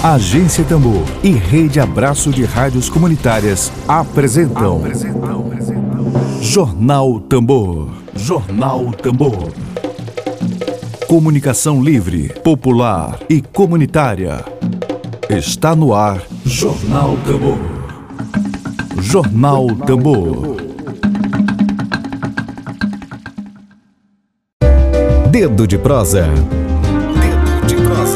Agência Tambor e Rede Abraço de Rádios Comunitárias apresentam Jornal Tambor. Jornal Tambor. Comunicação livre, popular e comunitária. Está no ar Jornal Tambor. Jornal Tambor. Dedo de prosa. Dedo de prosa.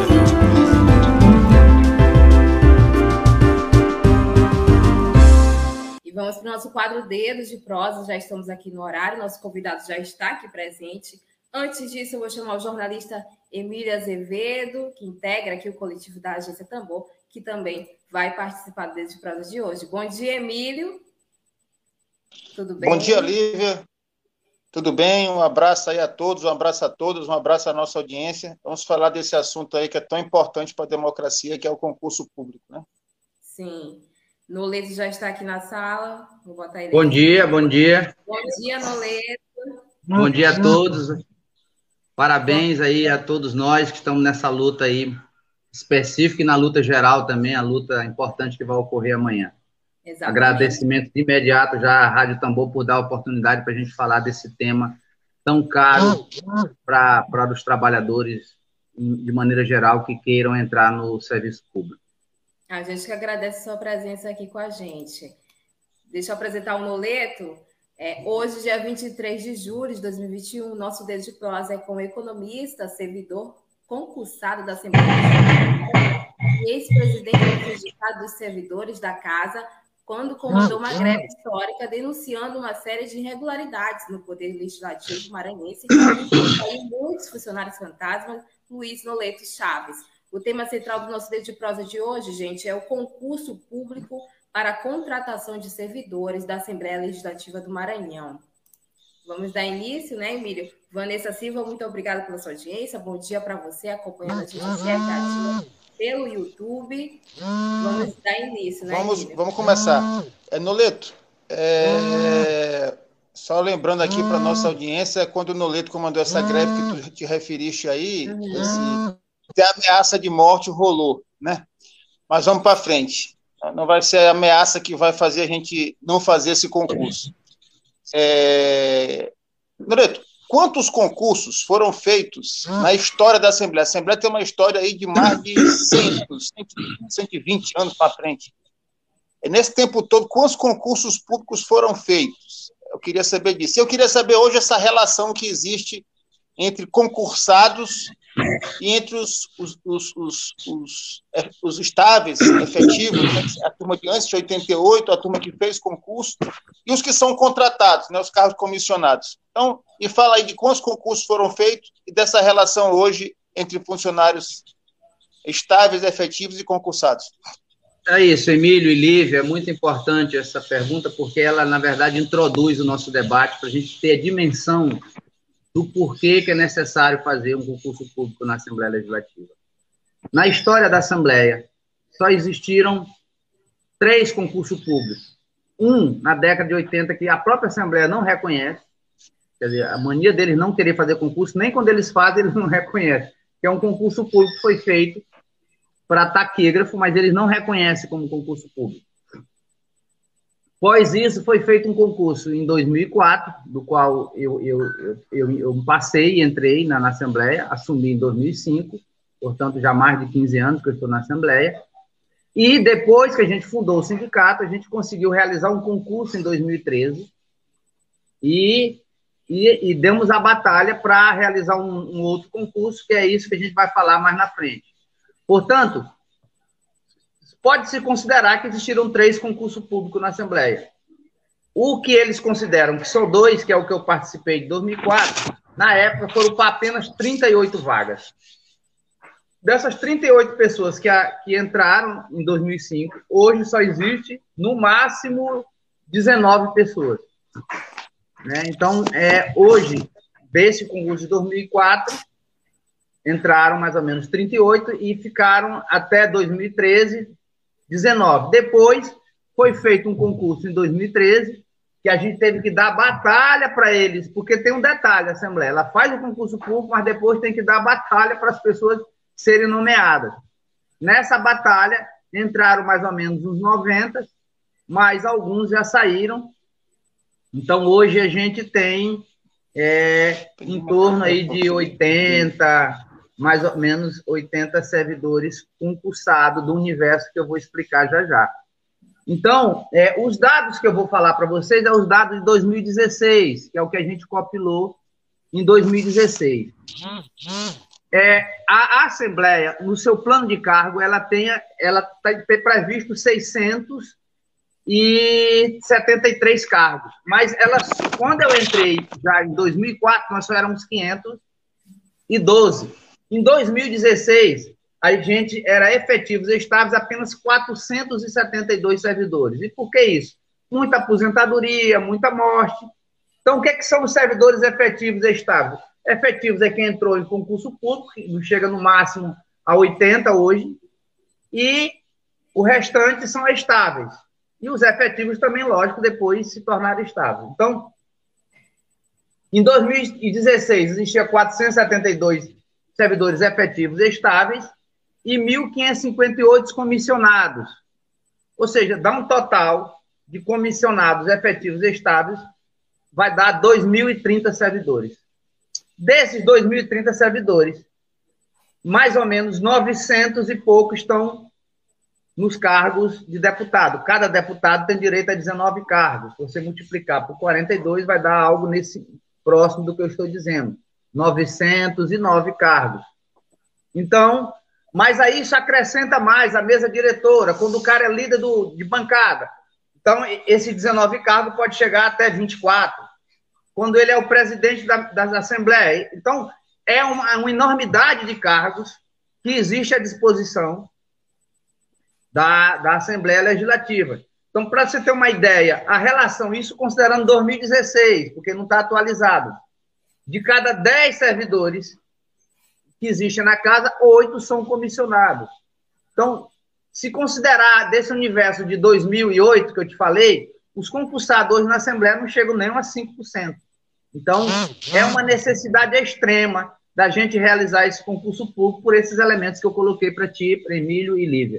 E vamos para o nosso quadro Dedos de Prosa. Já estamos aqui no horário, nosso convidado já está aqui presente. Antes disso, eu vou chamar o jornalista Emílio Azevedo, que integra aqui o coletivo da Agência Tambor, que também vai participar do Dedos de Prosa de hoje. Bom dia, Emílio. Tudo bem? Bom dia, Lívia. Tudo bem? Um abraço aí a todos, um abraço a todos, um abraço à nossa audiência. Vamos falar desse assunto aí que é tão importante para a democracia, que é o concurso público, né? Sim. Noleto já está aqui na sala. Vou botar ele Bom aqui. dia, bom dia. Bom dia, Noleto. Bom dia a todos. Parabéns aí a todos nós que estamos nessa luta aí específica e na luta geral também, a luta importante que vai ocorrer amanhã. Exatamente. Agradecimento de imediato já à Rádio Tambor por dar a oportunidade para a gente falar desse tema tão caro para os trabalhadores, de maneira geral, que queiram entrar no serviço público. A gente que agradece a sua presença aqui com a gente. Deixa eu apresentar o Noleto. Hoje, dia 23 de julho de 2021, nosso Dedo de Prosa é com o economista, servidor concursado da Assembleia Legislativa e ex-presidente do Sindicato dos Servidores da Casa, quando comandou uma greve histórica denunciando uma série de irregularidades no Poder Legislativo maranhense e muitos funcionários fantasmas, Luiz Noleto Chaves. O tema central do nosso Dedo de Prosa de hoje, gente, é o concurso público para a contratação de servidores da Assembleia Legislativa do Maranhão. Vamos dar início, né, Emílio? Vanessa Silva, muito obrigada pela sua audiência. Bom dia para você, acompanhando a gente aqui pelo YouTube. Vamos dar início, né, Emílio? Vamos começar. Noleto, só lembrando aqui para a nossa audiência, quando o Noleto comandou essa greve que tu te referiste aí, a ameaça de morte rolou, né? Mas vamos para frente. Não vai ser a ameaça que vai fazer a gente não fazer esse concurso. Noleto, quantos concursos foram feitos na história da Assembleia? A Assembleia tem uma história aí de mais de 120 anos para frente. Nesse tempo todo, quantos concursos públicos foram feitos? Eu queria saber disso. Eu queria saber hoje essa relação que existe entre concursados e entre os estáveis, efetivos, né? A turma de antes de 88, a turma que fez concurso, e os que são contratados, né? Os cargos comissionados. Então, me fala aí de quantos concursos foram feitos e dessa relação hoje entre funcionários estáveis, efetivos e concursados. É isso, Emílio e Lívia, é muito importante essa pergunta, porque ela, na verdade, introduz o nosso debate para a gente ter a dimensão do porquê que é necessário fazer um concurso público na Assembleia Legislativa. Na história da Assembleia, só existiram 3 concursos públicos. Um, na década de 80, que a própria Assembleia não reconhece, quer dizer, a mania deles não querer fazer concurso, nem quando eles fazem, eles não reconhecem, que é um concurso público que foi feito para taquígrafo, mas eles não reconhecem como concurso público. Após isso, foi feito um concurso em 2004, do qual eu passei e entrei na Assembleia, assumi em 2005, portanto, já há mais de 15 anos que eu estou na Assembleia. E depois que a gente fundou o sindicato, a gente conseguiu realizar um concurso em 2013 e demos a batalha para realizar um outro concurso, que é isso que a gente vai falar mais na frente. Portanto, pode-se considerar que existiram 3 concursos públicos na Assembleia. O que eles consideram que são 2, que é o que eu participei de 2004, na época foram para apenas 38 vagas. Dessas 38 pessoas que entraram em 2005, hoje só existe, no máximo, 19 pessoas. Né? Então, hoje, desse concurso de 2004, entraram mais ou menos 38 e ficaram até 2013, 19. Depois, foi feito um concurso em 2013, que a gente teve que dar batalha para eles, porque tem um detalhe, a Assembleia, ela faz o concurso público, mas depois tem que dar batalha para as pessoas serem nomeadas. Nessa batalha, entraram mais ou menos uns 90, mas alguns já saíram. Então, hoje a gente tem em torno aí de 80, mais ou menos 80 servidores concursados do universo que eu vou explicar já já. Então, os dados que eu vou falar para vocês são os dados de 2016, que é o que a gente compilou em 2016. A Assembleia, no seu plano de cargo, ela tem previsto 673 cargos, mas quando eu entrei já em 2004, nós só éramos 512. Em 2016, a gente era efetivos e estáveis apenas 472 servidores. E por que isso? Muita aposentadoria, muita morte. Então, o que são os servidores efetivos e estáveis? Efetivos é quem entrou em concurso público, que chega no máximo a 80 hoje, e o restante são estáveis. E os efetivos também, lógico, depois se tornaram estáveis. Então, em 2016, existia 472 servidores efetivos estáveis e 1.558 comissionados. Ou seja, dá um total de comissionados efetivos estáveis, vai dar 2.030 servidores. Desses 2.030 servidores, mais ou menos 900 e poucos estão nos cargos de deputado. Cada deputado tem direito a 19 cargos. Se você multiplicar por 42, vai dar algo nesse próximo do que eu estou dizendo. 909 cargos. Então, mas aí isso acrescenta mais a mesa diretora, quando o cara é líder de bancada. Então, esse 19 cargos pode chegar até 24. Quando ele é o presidente da Assembleia. Então, é uma enormidade de cargos que existe à disposição da Assembleia Legislativa. Então, para você ter uma ideia, a relação, isso considerando 2016, porque não está atualizado, de cada 10 servidores que existem na casa, 8 são comissionados. Então, se considerar desse universo de 2008 que eu te falei, os concursados hoje na Assembleia não chegam nem a 5%. Então, é uma necessidade extrema da gente realizar esse concurso público por esses elementos que eu coloquei para ti, para Emílio e Lívia.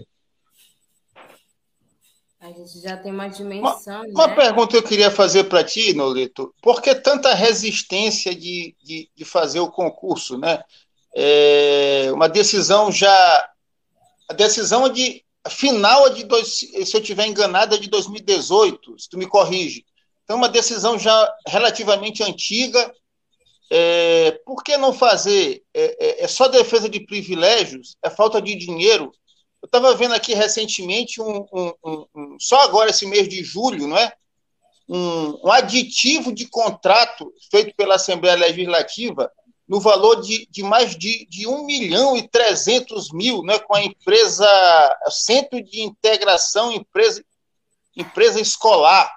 A gente já tem uma dimensão, uma pergunta que eu queria fazer para ti, Nolito. Por que tanta resistência de fazer o concurso, né? Uma decisão já... A decisão final, se eu estiver enganado, é de 2018, se tu me corrige. Então, uma decisão já relativamente antiga. Por que não fazer? É só defesa de privilégios? É falta de dinheiro? Eu estava vendo aqui recentemente, só agora esse mês de julho, não é? Um aditivo de contrato feito pela Assembleia Legislativa no valor de mais de 1.300.000, né, com a empresa Centro de Integração Empresa Escolar.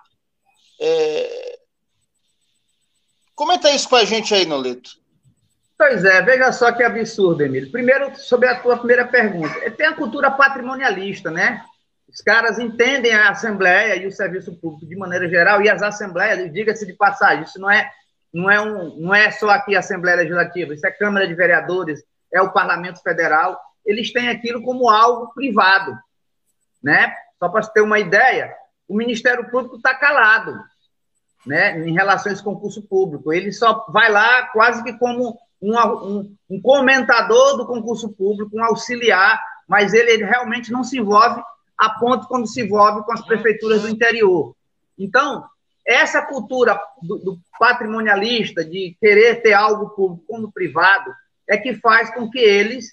Comenta isso com a gente aí, Nolito. Pois é, veja só que absurdo, Emílio. Primeiro, sobre a tua primeira pergunta. Tem a cultura patrimonialista, né? Os caras entendem a Assembleia e o serviço público de maneira geral, e as Assembleias, diga-se de passagem, isso não é só aqui a Assembleia Legislativa, isso é Câmara de Vereadores, é o Parlamento Federal, eles têm aquilo como algo privado, né? Só para você ter uma ideia, o Ministério Público está calado, né, em relação a esse concurso público. Ele só vai lá quase que como um comentador do concurso público, um auxiliar, mas ele realmente não se envolve a ponto quando se envolve com as prefeituras do interior. Então, essa cultura do patrimonialista, de querer ter algo público como privado, é que faz com que eles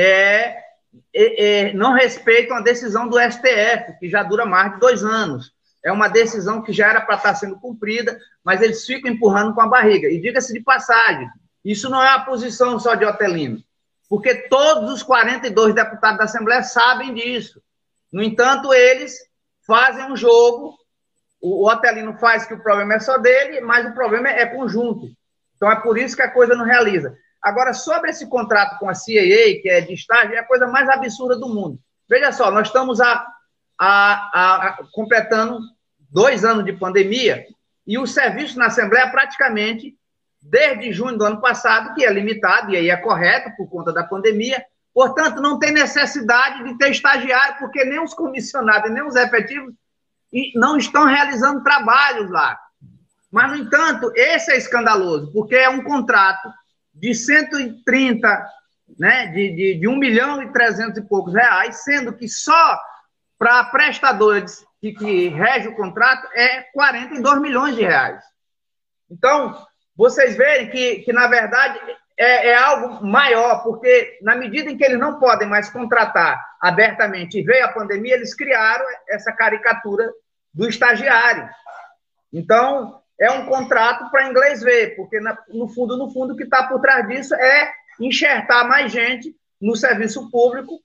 não respeitam a decisão do STF, que já dura mais de 2 anos. É uma decisão que já era para estar sendo cumprida, mas eles ficam empurrando com a barriga. E diga-se de passagem, isso não é a posição só de Otelino, porque todos os 42 deputados da Assembleia sabem disso. No entanto, eles fazem um jogo, o Otelino faz que o problema é só dele, mas o problema é conjunto. Então, é por isso que a coisa não realiza. Agora, sobre esse contrato com a CAA, que é de estágio, é a coisa mais absurda do mundo. Veja só, nós estamos completando 2 anos de pandemia e o serviço na Assembleia praticamente, desde junho do ano passado, que é limitado, e aí é correto por conta da pandemia, Portanto, não tem necessidade de ter estagiário, porque nem os comissionados, nem os efetivos não estão realizando trabalhos lá. Mas, no entanto, esse é escandaloso, porque é um contrato de 130, né, de 1 milhão e 300 e poucos reais, sendo que só para a prestadora que rege o contrato é 42 milhões de reais. Então, vocês veem que na verdade, é algo maior, porque na medida em que eles não podem mais contratar abertamente e veio a pandemia, eles criaram essa caricatura do estagiário. Então, é um contrato para inglês ver, porque no fundo, o que está por trás disso é enxertar mais gente no serviço público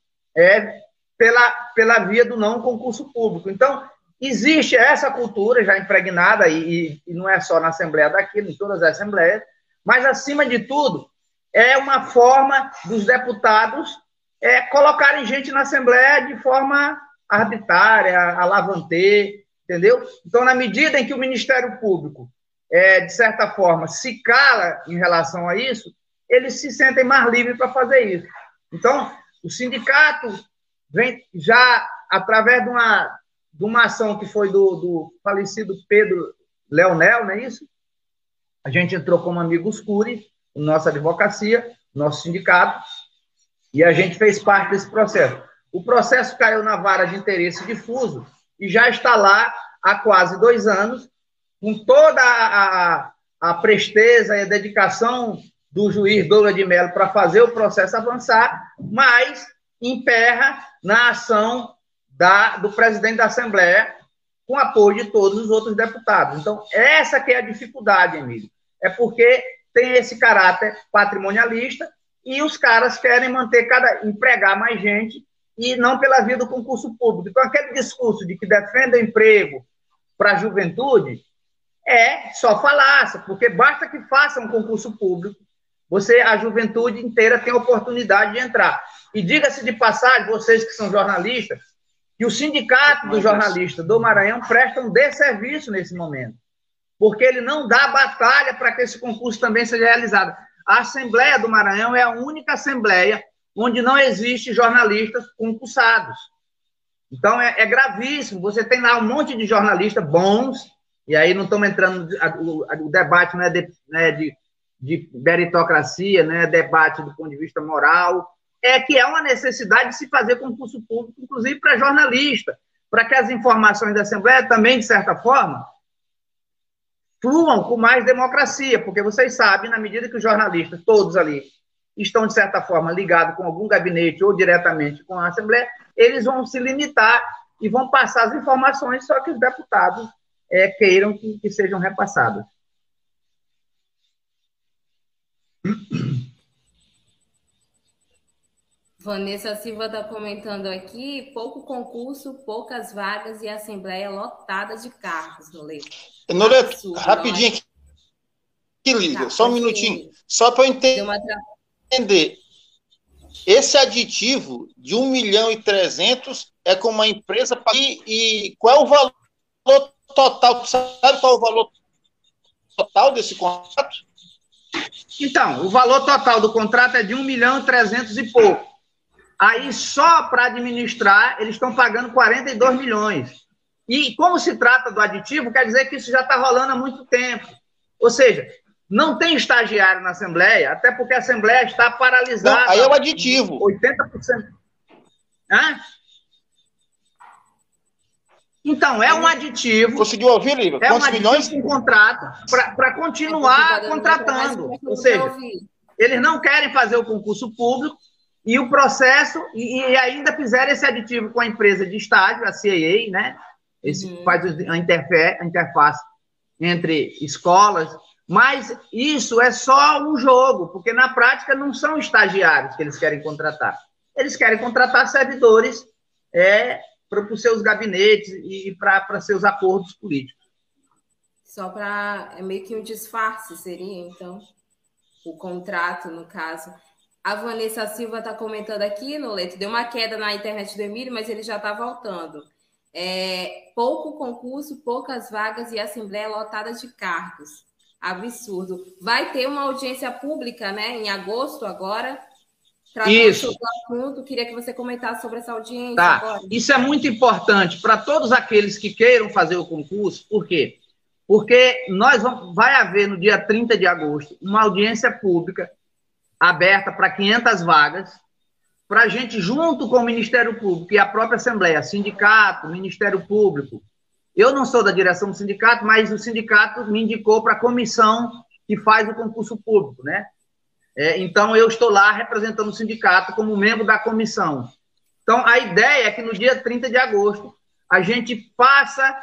pela via do não concurso público. Então, existe essa cultura já impregnada, e não é só na Assembleia daqui, em todas as assembleias, mas, acima de tudo, é uma forma dos deputados colocarem gente na Assembleia de forma arbitrária, alavanter, entendeu? Então, na medida em que o Ministério Público, de certa forma, se cala em relação a isso, eles se sentem mais livres para fazer isso. Então, o sindicato vem já, através de uma ação que foi do falecido Pedro Leonel, não é isso? A gente entrou como amigos Cury, nossa advocacia, nosso sindicato, e a gente fez parte desse processo. O processo caiu na vara de interesse difuso e já está lá há quase 2 anos, com toda a presteza e a dedicação do juiz Douglas de Mello para fazer o processo avançar, mas emperra na ação do presidente da Assembleia, com apoio de todos os outros deputados. Então, essa que é a dificuldade, Emílio. É porque tem esse caráter patrimonialista e os caras querem empregar mais gente e não pela via do concurso público. Então, aquele discurso de que defende o emprego para a juventude é só falácia, porque basta que faça um concurso público, a juventude inteira tem a oportunidade de entrar. E diga-se de passagem, vocês que são jornalistas, que o sindicato dos jornalistas do Maranhão presta um desserviço nesse momento, porque ele não dá batalha para que esse concurso também seja realizado. A Assembleia do Maranhão é a única assembleia onde não existe jornalistas concursados. Então, é gravíssimo. Você tem lá um monte de jornalistas bons, e aí não estamos entrando... O debate não é de meritocracia, né? Debate do ponto de vista moral, que é uma necessidade de se fazer concurso público, inclusive para jornalista, para que as informações da Assembleia também, de certa forma, fluam com mais democracia, porque vocês sabem, na medida que os jornalistas, todos ali, estão, de certa forma, ligados com algum gabinete ou diretamente com a Assembleia, eles vão se limitar e vão passar as informações, só que os deputados queiram que sejam repassadas. Vanessa Silva está comentando aqui, pouco concurso, poucas vagas e assembleia lotada de cargos, Noleto. Noleto, rapidinho aqui, Lígia, só um minutinho, só para eu entender. Esse aditivo de 1 milhão e 300 é com uma empresa... E qual é o valor total? Sabe qual é o valor total desse contrato? Então, o valor total do contrato é de 1 milhão e 300 e pouco. Aí, só para administrar, eles estão pagando 42 milhões. E como se trata do aditivo, quer dizer que isso já está rolando há muito tempo. Ou seja, não tem estagiário na Assembleia, até porque a Assembleia está paralisada. Não, aí é o aditivo. 80%. Hã? Então, é um aditivo. Conseguiu ouvir, Lívia? Quantos milhões? Um contrato para continuar contratando. Ou seja, eles não querem fazer o concurso público e o processo, e ainda fizeram esse aditivo com a empresa de estágio, a CAA, né? Faz a interface entre escolas, mas isso é só um jogo, porque na prática não são estagiários que eles querem contratar. Eles querem contratar servidores para os seus gabinetes e para seus acordos políticos. Só para... É meio que um disfarce, seria, então, o contrato, no caso. A Vanessa Silva está comentando aqui, Noleto, deu uma queda na internet do Emílio, mas ele já está voltando. Pouco concurso, poucas vagas e assembleia lotada de cargos. Absurdo. Vai ter uma audiência pública, né, em agosto agora? Isso. Sobre o assunto, queria que você comentasse sobre essa audiência. Tá. Agora. Isso é muito importante para todos aqueles que queiram fazer o concurso. Por quê? Porque vai haver no dia 30 de agosto uma audiência pública aberta para 500 vagas, para a gente, junto com o Ministério Público e a própria Assembleia, sindicato, Ministério Público. Eu não sou da direção do sindicato, mas o sindicato me indicou para a comissão que faz o concurso público, né? Então, eu estou lá representando o sindicato como membro da comissão. Então, a ideia é que no dia 30 de agosto a gente faça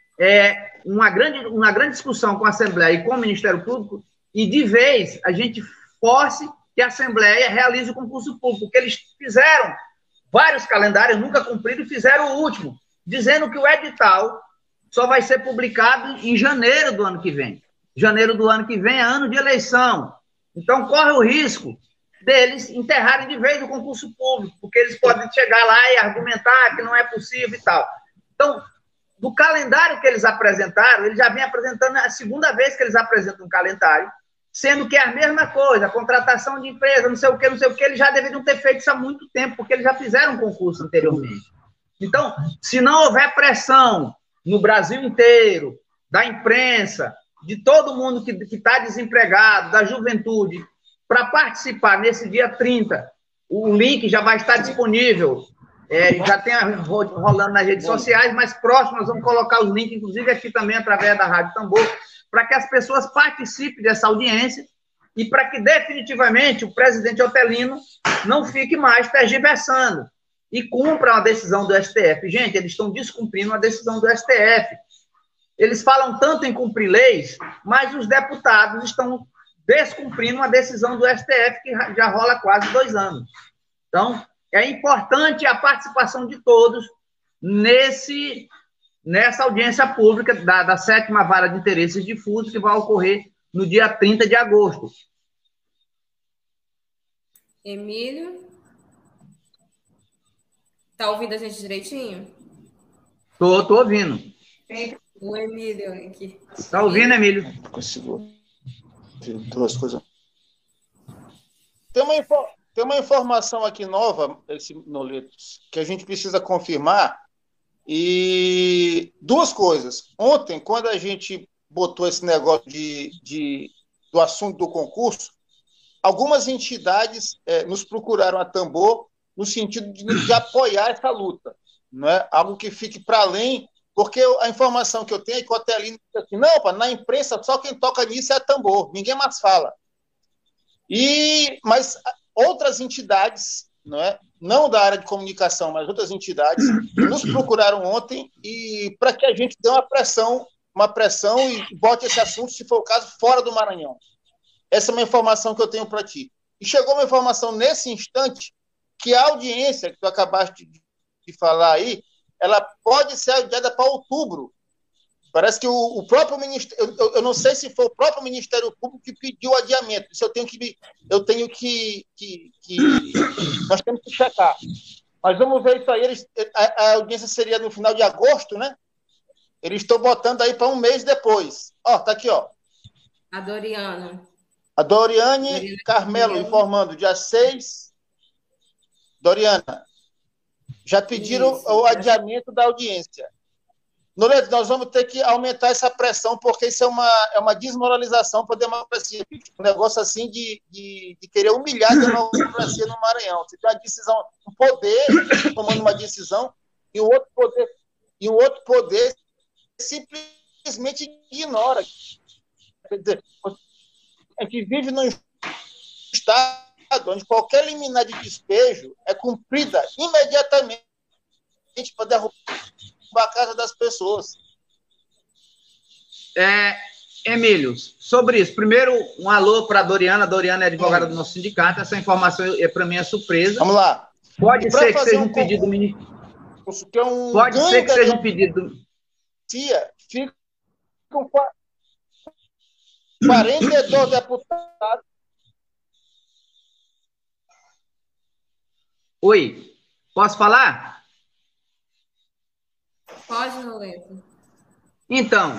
uma grande discussão com a Assembleia e com o Ministério Público e, de vez, a gente force que a Assembleia realize o concurso público, porque eles fizeram vários calendários, nunca cumpridos, e fizeram o último, dizendo que o edital só vai ser publicado em janeiro do ano que vem. Janeiro do ano que vem é ano de eleição. Então, corre o risco deles enterrarem de vez o concurso público, porque eles podem chegar lá e argumentar que não é possível e tal. Então, do calendário que eles apresentaram, eles já vêm apresentando a segunda vez que eles apresentam um calendário, sendo que é a mesma coisa, a contratação de empresa, não sei o que, eles já deveriam ter feito isso há muito tempo, porque eles já fizeram um concurso anteriormente. Então, se não houver pressão no Brasil inteiro, da imprensa, de todo mundo que está desempregado, da juventude, para participar nesse dia 30, o link já vai estar disponível, já tem rolando nas redes sociais, mas próximo nós vamos colocar os links, inclusive aqui também através da Rádio Tambor, para que as pessoas participem dessa audiência e para que definitivamente o presidente Otelino não fique mais tergiversando e cumpra uma decisão do STF. Gente, eles estão descumprindo uma decisão do STF. Eles falam tanto em cumprir leis, mas os deputados estão descumprindo uma decisão do STF que já rola quase 2 anos. Então, é importante a participação de todos nessa audiência pública da 7ª Vara de Interesses Difusos, que vai ocorrer no dia 30 de agosto. Emílio? Tá ouvindo a gente direitinho? Tô ouvindo. O Emílio aqui. Tá ouvindo, Emílio? Consigo. Duas coisas. Tem uma informação aqui nova, esse Noletos, que a gente precisa confirmar. E 2 coisas. Ontem, quando a gente botou esse negócio do assunto do concurso, algumas entidades nos procuraram a Tambor no sentido de apoiar essa luta, não é? Algo que fique para além, porque a informação que eu tenho é que o Otelino diz assim, não, na imprensa só quem toca nisso é a Tambor, ninguém mais fala. Mas outras entidades, não é? Não da área de comunicação, mas outras entidades, nos procuraram ontem e para que a gente dê uma pressão e bote esse assunto, se for o caso, fora do Maranhão. Essa é uma informação que eu tenho para ti. E chegou uma informação nesse instante que a audiência que tu acabaste de falar aí, ela pode ser adiada para outubro. Parece que o próprio Ministério... Eu não sei se foi o próprio Ministério Público que pediu o adiamento. Isso eu tenho que nós temos que checar. Mas vamos ver isso aí. A audiência seria no final de agosto, né? Eles estão botando aí para 1 mês depois. Tá aqui, ó. A Doriana. A Doriane Carmelo informando, dia 6. Doriana, já pediram o adiamento da audiência. Noleto, nós vamos ter que aumentar essa pressão, porque isso é uma desmoralização para a democracia. Um negócio assim de querer humilhar a democracia no Maranhão. Você tem uma decisão, um poder tomando uma decisão, e o outro poder simplesmente ignora. Quer dizer, a gente vive num estado onde qualquer liminar de despejo é cumprida imediatamente para derrubar a casa das pessoas. Emílio, sobre isso, primeiro um alô para a Doriana. A Doriana é advogada do nosso sindicato. Essa informação para mim é surpresa. Vamos lá. Pode ser que seja um pedido do ministro. Pode ser que seja um pedido. Fica com 42 deputados. Oi, posso falar? Pode, Noleto. Então,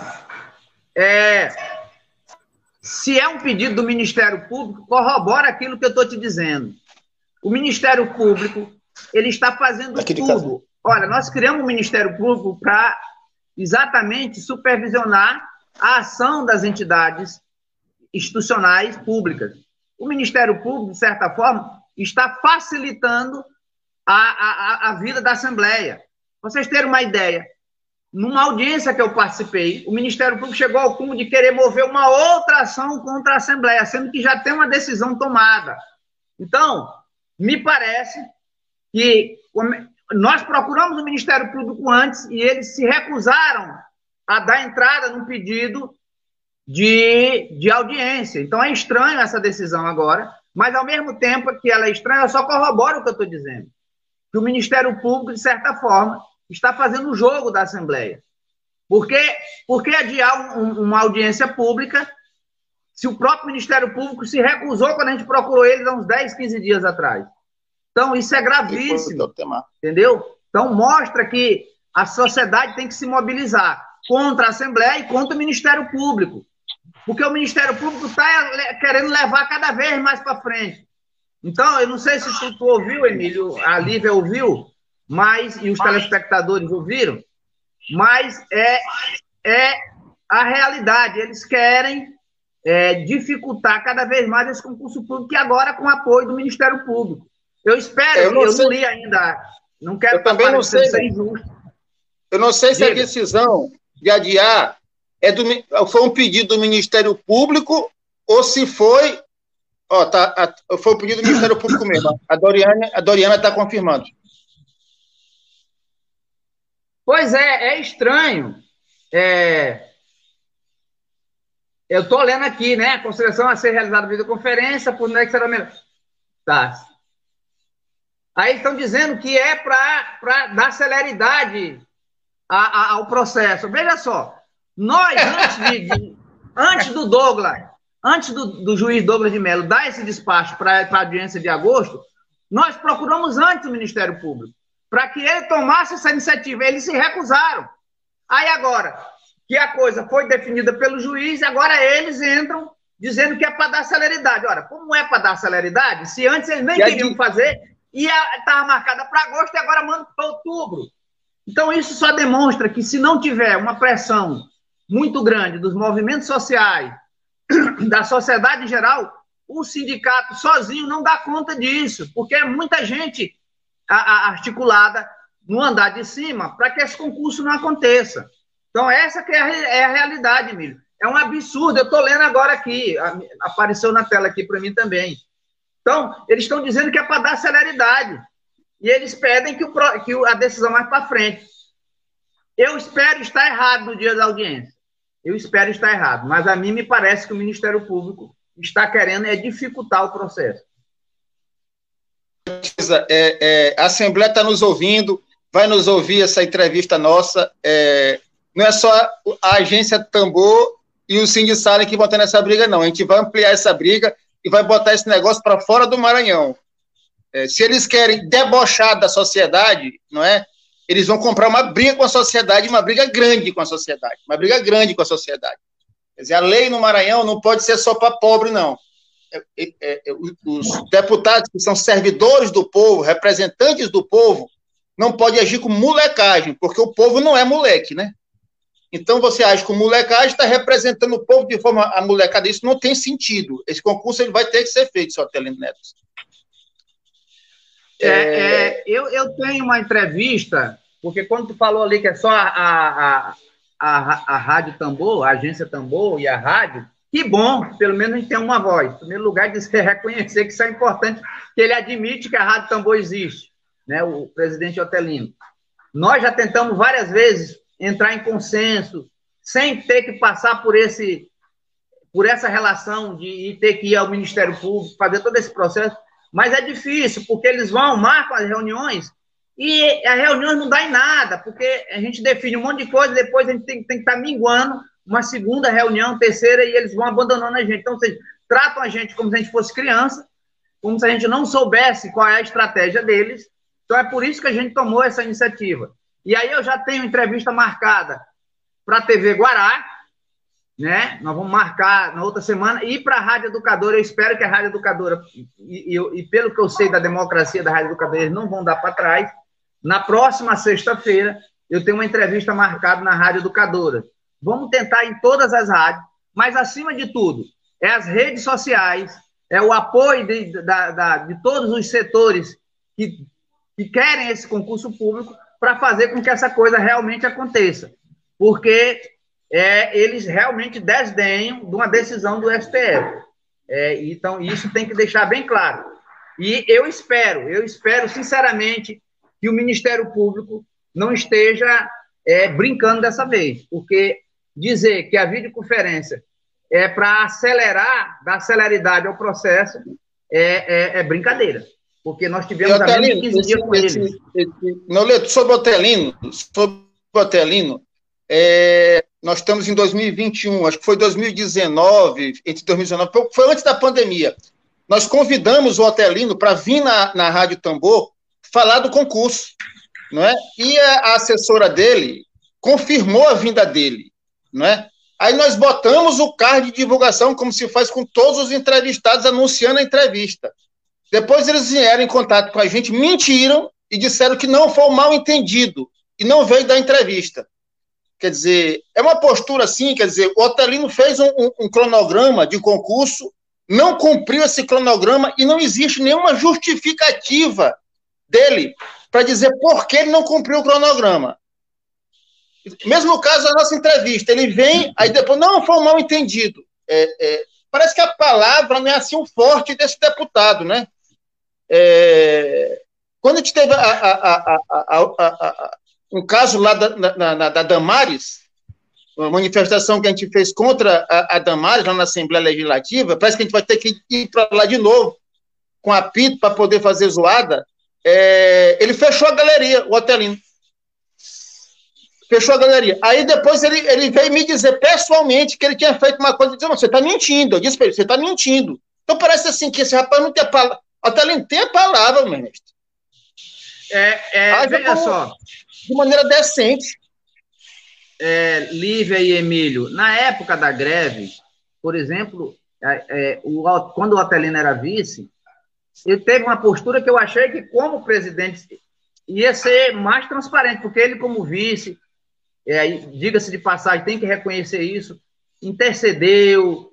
se é um pedido do Ministério Público, corrobora aquilo que eu estou te dizendo. O Ministério Público, ele está fazendo tudo. Olha, nós criamos o Ministério Público para exatamente supervisionar a ação das entidades institucionais públicas. O Ministério Público, de certa forma, está facilitando a vida da Assembleia. Pra vocês terem uma ideia, numa audiência que eu participei, o Ministério Público chegou ao cúmulo de querer mover uma outra ação contra a Assembleia, sendo que já tem uma decisão tomada. Então, me parece que nós procuramos o Ministério Público antes e eles se recusaram a dar entrada no pedido de audiência. Então, é estranho essa decisão agora, mas, ao mesmo tempo que ela é estranha, eu só corroboro o que eu estou dizendo. Que o Ministério Público, de certa forma, está fazendo o jogo da Assembleia. Por que adiar uma audiência pública se o próprio Ministério Público se recusou quando a gente procurou eles há uns 10, 15 dias atrás? Então, isso é gravíssimo, entendeu? Então, mostra que a sociedade tem que se mobilizar contra a Assembleia e contra o Ministério Público, porque o Ministério Público está querendo levar cada vez mais para frente. Então, eu não sei se tu ouviu, Emílio, a Lívia ouviu, e os telespectadores ouviram, mas é a realidade. Eles querem dificultar cada vez mais esse concurso público, e agora com o apoio do Ministério Público. Eu espero, eu não li ainda, não quero... Eu também não sei. Eu não sei se a decisão de adiar foi um pedido do Ministério Público ou se foi... foi o pedido do Ministério Público mesmo. A Doriana está confirmando. Pois é estranho. Eu estou lendo aqui, né? A conciliação a ser realizada por videoconferência, por que será melhor. Tá. Aí estão dizendo que é para dar celeridade ao processo. Veja só, nós, antes do Douglas, antes do juiz Douglas de Mello dar esse despacho para a audiência de agosto, nós procuramos antes o Ministério Público, para que ele tomasse essa iniciativa. Eles se recusaram. Aí agora, que a coisa foi definida pelo juiz, agora eles entram dizendo que é para dar celeridade. Ora, como é para dar celeridade, se antes eles nem queriam fazer, e estava marcada para agosto e agora manda para outubro. Então, isso só demonstra que, se não tiver uma pressão muito grande dos movimentos sociais, da sociedade em geral, o sindicato sozinho não dá conta disso, porque é muita gente articulada no andar de cima para que esse concurso não aconteça. Então, essa que é a realidade, Emílio. É um absurdo. Eu estou lendo agora aqui, apareceu na tela aqui para mim também. Então, eles estão dizendo que é para dar celeridade. E eles pedem que a decisão mais para frente. Eu espero estar errado no dia da audiência. Eu espero estar errado. Mas a mim me parece que o Ministério Público está querendo dificultar o processo. A Assembleia está nos ouvindo, vai nos ouvir essa entrevista nossa. Não é só a agência Tambor e o Sindicato que vão estar nessa briga, não. A gente vai ampliar essa briga e vai botar esse negócio para fora do Maranhão. Se eles querem debochar da sociedade, não é? Eles vão comprar uma briga com a sociedade, uma briga grande com a sociedade. Uma briga grande com a sociedade. Quer dizer, a lei no Maranhão não pode ser só para pobre, não. Os deputados que são servidores do povo, representantes do povo, não podem agir com molecagem, porque o povo não é moleque, né? Então, você age com molecagem, está representando o povo de forma a molecada. Isso não tem sentido. Esse concurso ele vai ter que ser feito, seu Telino Neto. Eu tenho uma entrevista, porque quando tu falou ali que é só a Rádio Tambor, a agência Tambor e a rádio, que bom, pelo menos a gente tem uma voz. Em primeiro lugar, de reconhecer que isso é importante, que ele admite que a Rádio Tambor existe, né, o presidente Otelino. Nós já tentamos várias vezes entrar em consenso, sem ter que passar por essa relação de ter que ir ao Ministério Público, fazer todo esse processo, mas é difícil, porque eles marcam as reuniões, e as reuniões não dão em nada, porque a gente define um monte de coisa, depois a gente tem que estar minguando uma segunda reunião, terceira, e eles vão abandonando a gente. Então, vocês tratam a gente como se a gente fosse criança, como se a gente não soubesse qual é a estratégia deles. Então, é por isso que a gente tomou essa iniciativa. E aí eu já tenho entrevista marcada para a TV Guará, né? Nós vamos marcar na outra semana, ir para a Rádio Educadora. Eu espero que a Rádio Educadora, e pelo que eu sei da democracia da Rádio Educadora, eles não vão dar para trás. Na próxima sexta-feira, eu tenho uma entrevista marcada na Rádio Educadora. Vamos tentar em todas as rádios, mas, acima de tudo, é as redes sociais, é o apoio de todos os setores que querem esse concurso público para fazer com que essa coisa realmente aconteça. Porque eles realmente desdenham de uma decisão do STF. Então, isso tem que deixar bem claro. E eu espero, sinceramente, que o Ministério Público não esteja brincando dessa vez, porque dizer que a videoconferência é para dar celeridade ao processo é brincadeira, porque nós tivemos há 15 dias com eles. Noleto, sobre o Otelino, nós estamos em 2021, acho que foi 2019, entre 2019, foi antes da pandemia. Nós convidamos o Otelino para vir na Rádio Tambor falar do concurso, não é? E a assessora dele confirmou a vinda dele, não é? Aí nós botamos o card de divulgação, como se faz com todos os entrevistados, anunciando a entrevista. Depois eles vieram em contato com a gente, mentiram e disseram que não foi um mal entendido e não veio da entrevista. Quer dizer, é uma postura assim, quer dizer, o Otelino fez um cronograma de concurso, não cumpriu esse cronograma e não existe nenhuma justificativa dele para dizer por que ele não cumpriu o cronograma. Mesmo caso da nossa entrevista, ele vem, aí depois, não, foi um mal entendido. Parece que a palavra não é assim um forte desse deputado, né? Quando a gente teve um caso lá da Damares, uma manifestação que a gente fez contra a Damares, lá na Assembleia Legislativa, parece que a gente vai ter que ir para lá de novo, com apito, para poder fazer zoada. Ele fechou a galeria, o Otelino. Fechou a galeria. Aí depois ele veio me dizer pessoalmente que ele tinha feito uma coisa, dizendo, você está mentindo. Eu disse para ele, você está mentindo. Então parece assim que esse rapaz não tem a palavra. Otelino tem a palavra, meu mestre. Veja só. De maneira decente. Lívia e Emílio, na época da greve, por exemplo, quando o Otelino era vice, ele teve uma postura que eu achei que, como presidente, ia ser mais transparente, porque ele, como vice, diga-se de passagem, tem que reconhecer isso, interveio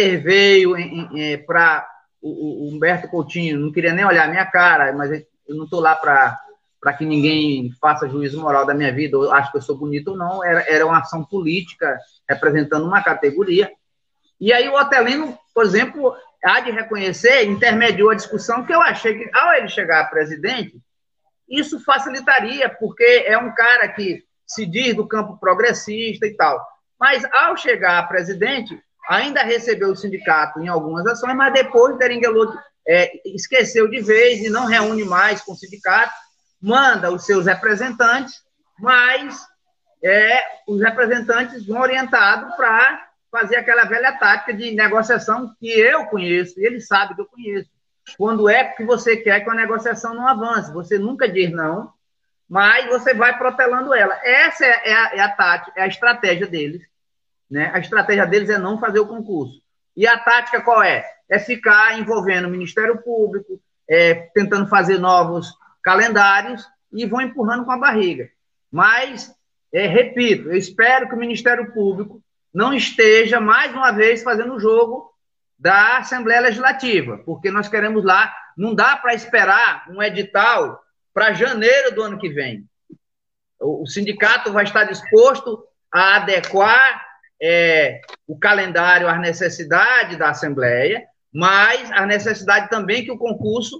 para o Humberto Coutinho, não queria nem olhar a minha cara, mas eu não estou lá para que ninguém faça juízo moral da minha vida, eu acho que eu sou bonito ou não, era uma ação política representando uma categoria. E aí o Otelino, por exemplo, há de reconhecer, intermediou a discussão, que eu achei que, ao ele chegar a presidente, isso facilitaria, porque é um cara que se diz do campo progressista e tal. Mas, ao chegar a presidente, ainda recebeu o sindicato em algumas ações, mas depois Deringuelot esqueceu de vez e não reúne mais com o sindicato, manda os seus representantes, mas os representantes vão orientados para fazer aquela velha tática de negociação que eu conheço, e ele sabe que eu conheço. Quando é que você quer que a negociação não avance, você nunca diz não, mas você vai protelando ela. Essa é a tática, é a estratégia deles, né? A estratégia deles é não fazer o concurso. E a tática qual é? É ficar envolvendo o Ministério Público, tentando fazer novos calendários e vão empurrando com a barriga. Mas, repito, eu espero que o Ministério Público não esteja, mais uma vez, fazendo o jogo da Assembleia Legislativa, porque nós queremos lá, não dá para esperar um edital para janeiro do ano que vem. O sindicato vai estar disposto a adequar o calendário às necessidades da Assembleia, mas a necessidade também que o concurso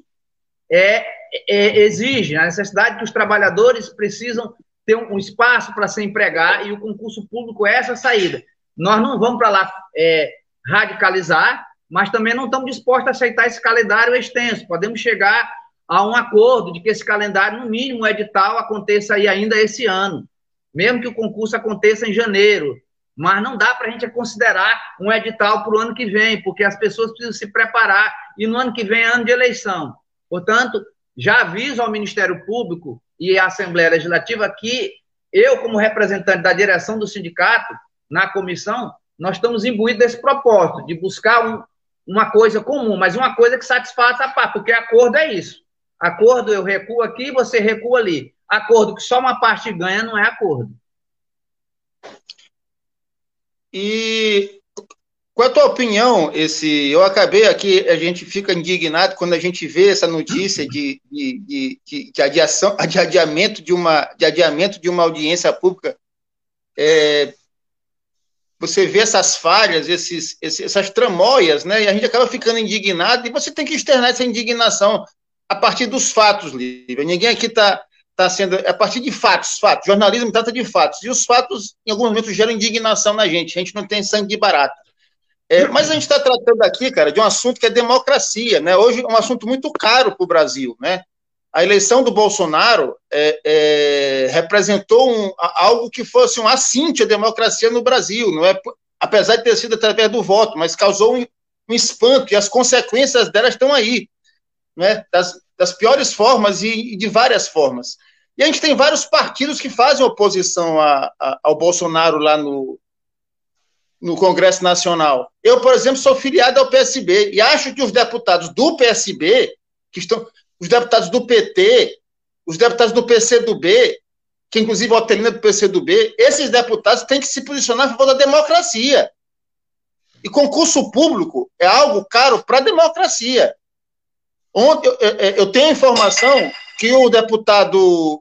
exige, a necessidade que os trabalhadores precisam ter um espaço para se empregar, e o concurso público é essa saída. Nós não vamos para lá radicalizar, mas também não estamos dispostos a aceitar esse calendário extenso. Podemos chegar a um acordo de que esse calendário, no mínimo, o edital aconteça aí ainda esse ano, mesmo que o concurso aconteça em janeiro, mas não dá para a gente considerar um edital para o ano que vem, porque as pessoas precisam se preparar, e no ano que vem é ano de eleição. Portanto, já aviso ao Ministério Público e à Assembleia Legislativa que eu, como representante da direção do sindicato, na comissão, nós estamos imbuídos desse propósito, de buscar uma coisa comum, mas uma coisa que satisfaça a parte, porque acordo é isso. Acordo, eu recuo aqui, você recua ali. Acordo que só uma parte ganha não é acordo. E qual é a tua opinião? Eu acabei aqui, a gente fica indignado quando a gente vê essa notícia de adiamento de uma audiência pública. Você vê essas falhas, essas tramóias, né? E a gente acaba ficando indignado, e você tem que externar essa indignação a partir dos fatos, Lívia. Ninguém aqui está sendo... A partir de fatos. Jornalismo trata de fatos. E os fatos, em alguns momentos, geram indignação na gente. A gente não tem sangue de barata. Mas a gente está tratando aqui, cara, de um assunto que é democracia, né? Hoje é um assunto muito caro para o Brasil, né? A eleição do Bolsonaro representou algo que fosse um assinte à democracia no Brasil, não é? Apesar de ter sido através do voto, mas causou um espanto, e as consequências delas estão aí, né? Das piores formas e de várias formas. E a gente tem vários partidos que fazem oposição ao Bolsonaro lá no Congresso Nacional. Eu, por exemplo, sou filiado ao PSB, e acho que os deputados do PSB, os deputados do PT, os deputados do PCdoB, que inclusive a Otelina do PCdoB, esses deputados têm que se posicionar a favor da democracia. E concurso público é algo caro para a democracia. Ontem, eu tenho a informação que o deputado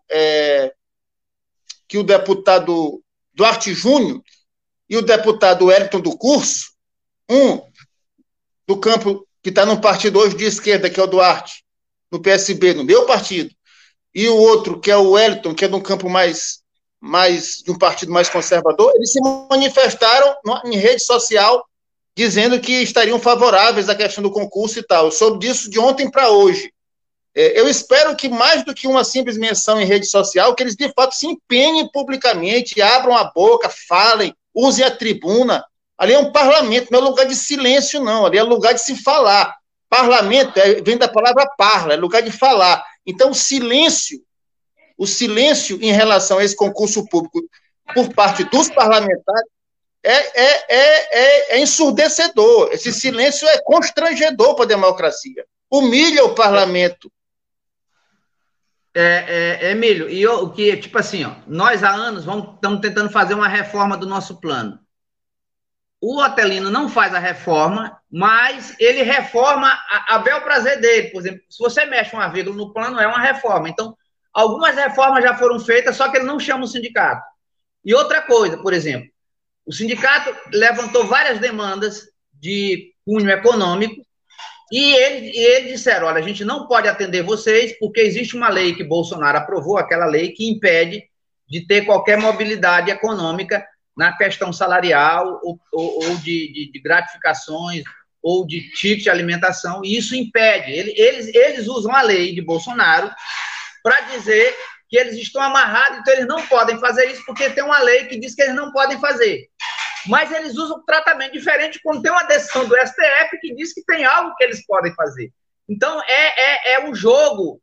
Duarte Júnior e o deputado Wellington do Curso, um do campo que está num partido hoje de esquerda, que é o Duarte, no PSB, no meu partido, e o outro, que é o Wellington, que é de um campo de um partido mais conservador, eles se manifestaram em rede social dizendo que estariam favoráveis à questão do concurso e tal. Eu soube disso de ontem para hoje. Eu espero que, mais do que uma simples menção em rede social, que eles, de fato, se empenhem publicamente, abram a boca, falem, usem a tribuna. Ali é um parlamento, não é lugar de silêncio, não. Ali é lugar de se falar. Parlamento vem da palavra parla, é lugar de falar. Então, o silêncio em relação a esse concurso público por parte dos parlamentares é ensurdecedor. Esse silêncio é constrangedor para a democracia. Humilha o parlamento. Emílio, o que, tipo assim, ó, nós há anos estamos tentando fazer uma reforma do nosso plano. O Otelino não faz a reforma, mas ele reforma a bel prazer dele. Por exemplo, se você mexe uma vírgula no plano, é uma reforma. Então, algumas reformas já foram feitas, só que ele não chama o sindicato. E outra coisa, por exemplo, o sindicato levantou várias demandas de cunho econômico e eles disseram, olha, a gente não pode atender vocês porque existe uma lei que Bolsonaro aprovou, aquela lei que impede de ter qualquer mobilidade econômica na questão salarial ou de gratificações ou de ticket de alimentação, e isso impede. Eles usam a lei de Bolsonaro para dizer que eles estão amarrados, então eles não podem fazer isso porque tem uma lei que diz que eles não podem fazer. Mas eles usam um tratamento diferente quando tem uma decisão do STF que diz que tem algo que eles podem fazer. Então, é um jogo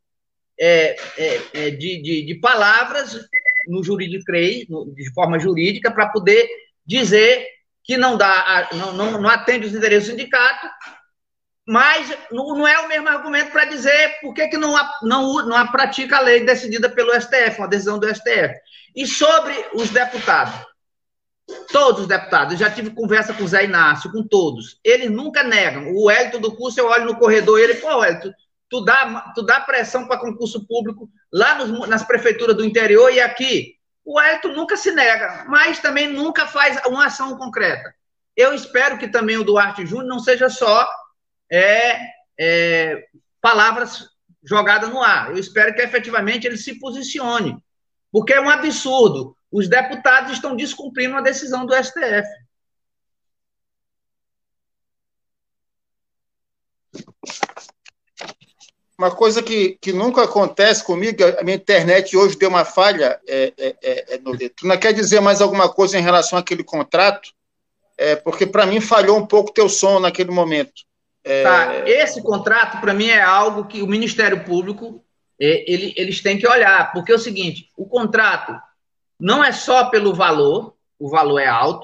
de palavras no juridiquês, de forma jurídica, para poder dizer que não atende os interesses do sindicato, mas não é o mesmo argumento para dizer por que não pratica a lei decidida pelo STF, uma decisão do STF. E sobre os deputados, todos os deputados, eu já tive conversa com o Zé Inácio, com todos, eles nunca negam. O Wellington do Curso, eu olho no corredor e ele, pô, Wellington, tu dá pressão para concurso público lá nas prefeituras do interior e aqui. O Wellington nunca se nega, mas também nunca faz uma ação concreta. Eu espero que também o Duarte Júnior não seja só palavras jogadas no ar. Eu espero que efetivamente ele se posicione, porque é um absurdo. Os deputados estão descumprindo uma decisão do STF. Uma coisa que nunca acontece comigo, a minha internet hoje deu uma falha, Noleto. Tu não quer dizer mais alguma coisa em relação àquele contrato? Porque para mim falhou um pouco o teu som naquele momento. Tá, esse contrato, para mim, é algo que o Ministério Público, eles têm que olhar, porque é o seguinte, o contrato não é só pelo valor, o valor é alto,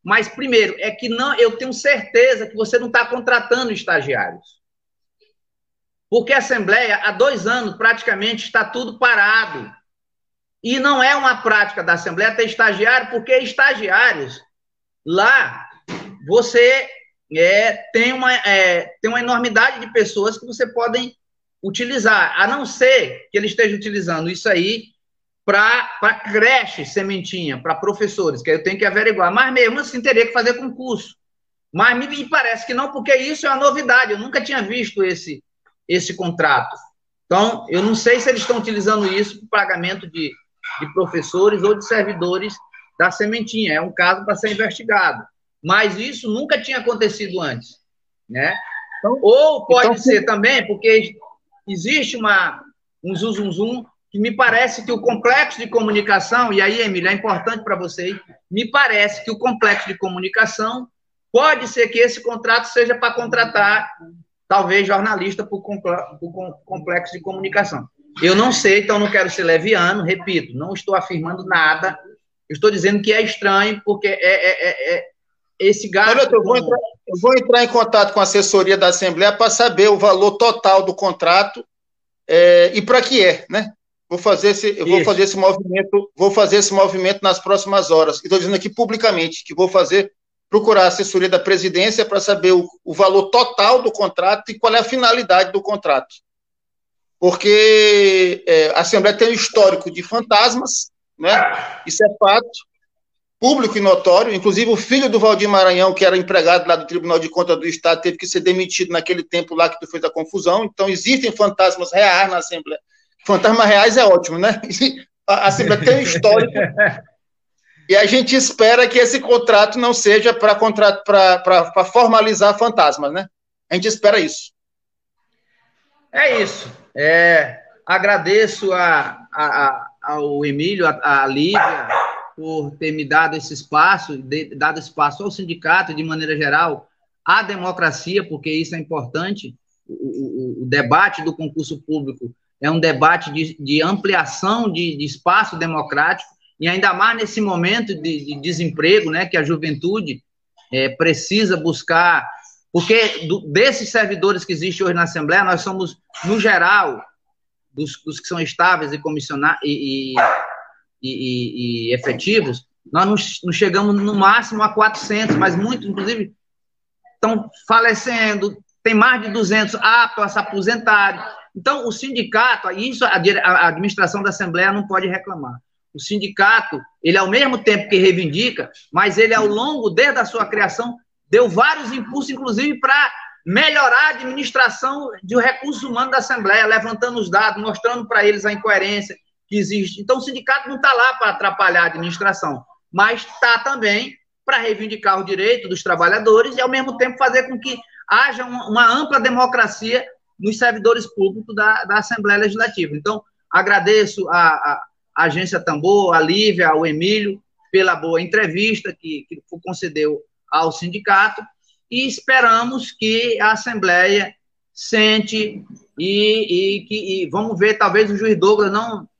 Mas, primeiro, é que não, eu tenho certeza que você não está contratando estagiários. Porque a Assembleia, há 2 anos, praticamente, está tudo parado. E não é uma prática da Assembleia ter estagiário, porque estagiários, lá, você tem uma enormidade de pessoas que você podem utilizar, a não ser que ele esteja utilizando isso aí para creche, sementinha, para professores, que aí eu tenho que averiguar. Mas mesmo assim, teria que fazer concurso. Mas me parece que não, porque isso é uma novidade. Eu nunca tinha visto esse contrato. Então, eu não sei se eles estão utilizando isso para pagamento de professores ou de servidores da sementinha. É um caso para ser investigado. Mas isso nunca tinha acontecido antes, né? Ou pode ser também, porque existe um zum, que me parece que o complexo de comunicação, e aí, Emílio, é importante para vocês, me parece que o complexo de comunicação pode ser que esse contrato seja para contratar, talvez, jornalista para o complexo de comunicação. Eu não sei, então não quero ser leviano, repito, não estou afirmando nada, eu estou dizendo que é estranho, porque esse gasto... Eu vou entrar em contato com a assessoria da Assembleia para saber o valor total do contrato e para que né? Vou fazer esse movimento nas próximas horas. Estou dizendo aqui publicamente que vou procurar a assessoria da presidência para saber o valor total do contrato e qual é a finalidade do contrato. Porque a Assembleia tem um histórico de fantasmas, né? Isso é fato, público e notório. Inclusive, o filho do Valdir Maranhão, que era empregado lá do Tribunal de Contas do Estado, teve que ser demitido naquele tempo lá que tu fez a confusão. Então, existem fantasmas reais na Assembleia. Fantasmas reais é ótimo, né? A Assembleia tem um histórico e a gente espera que esse contrato não seja para formalizar fantasmas, né? A gente espera isso. É isso. Agradeço ao Emílio, à Lívia, por ter me dado esse espaço, dado espaço ao sindicato, de maneira geral, à democracia, porque isso é importante. O debate do concurso público é um debate de ampliação de espaço democrático, e ainda mais nesse momento de desemprego, né, que a juventude precisa buscar, porque desses servidores que existem hoje na Assembleia, nós somos, no geral, dos que são estáveis e comissionados e efetivos, nós não chegamos no máximo a 400, mas muitos, inclusive, estão falecendo, tem mais de 200 aptos a se aposentarem. Então, o sindicato, isso a administração da Assembleia não pode reclamar. O sindicato, ele ao mesmo tempo que reivindica, mas ele ao longo, desde a sua criação, deu vários impulsos, inclusive para melhorar a administração de recursos humanos da Assembleia, levantando os dados, mostrando para eles a incoerência que existe. Então, o sindicato não está lá para atrapalhar a administração, mas está também para reivindicar o direito dos trabalhadores e, ao mesmo tempo, fazer com que haja uma ampla democracia nos servidores públicos da Assembleia Legislativa. Então, agradeço a Agência Tambor, a Lívia, ao Emílio, pela boa entrevista que concedeu ao sindicato, e esperamos que a Assembleia sente e vamos ver, talvez o juiz Douglas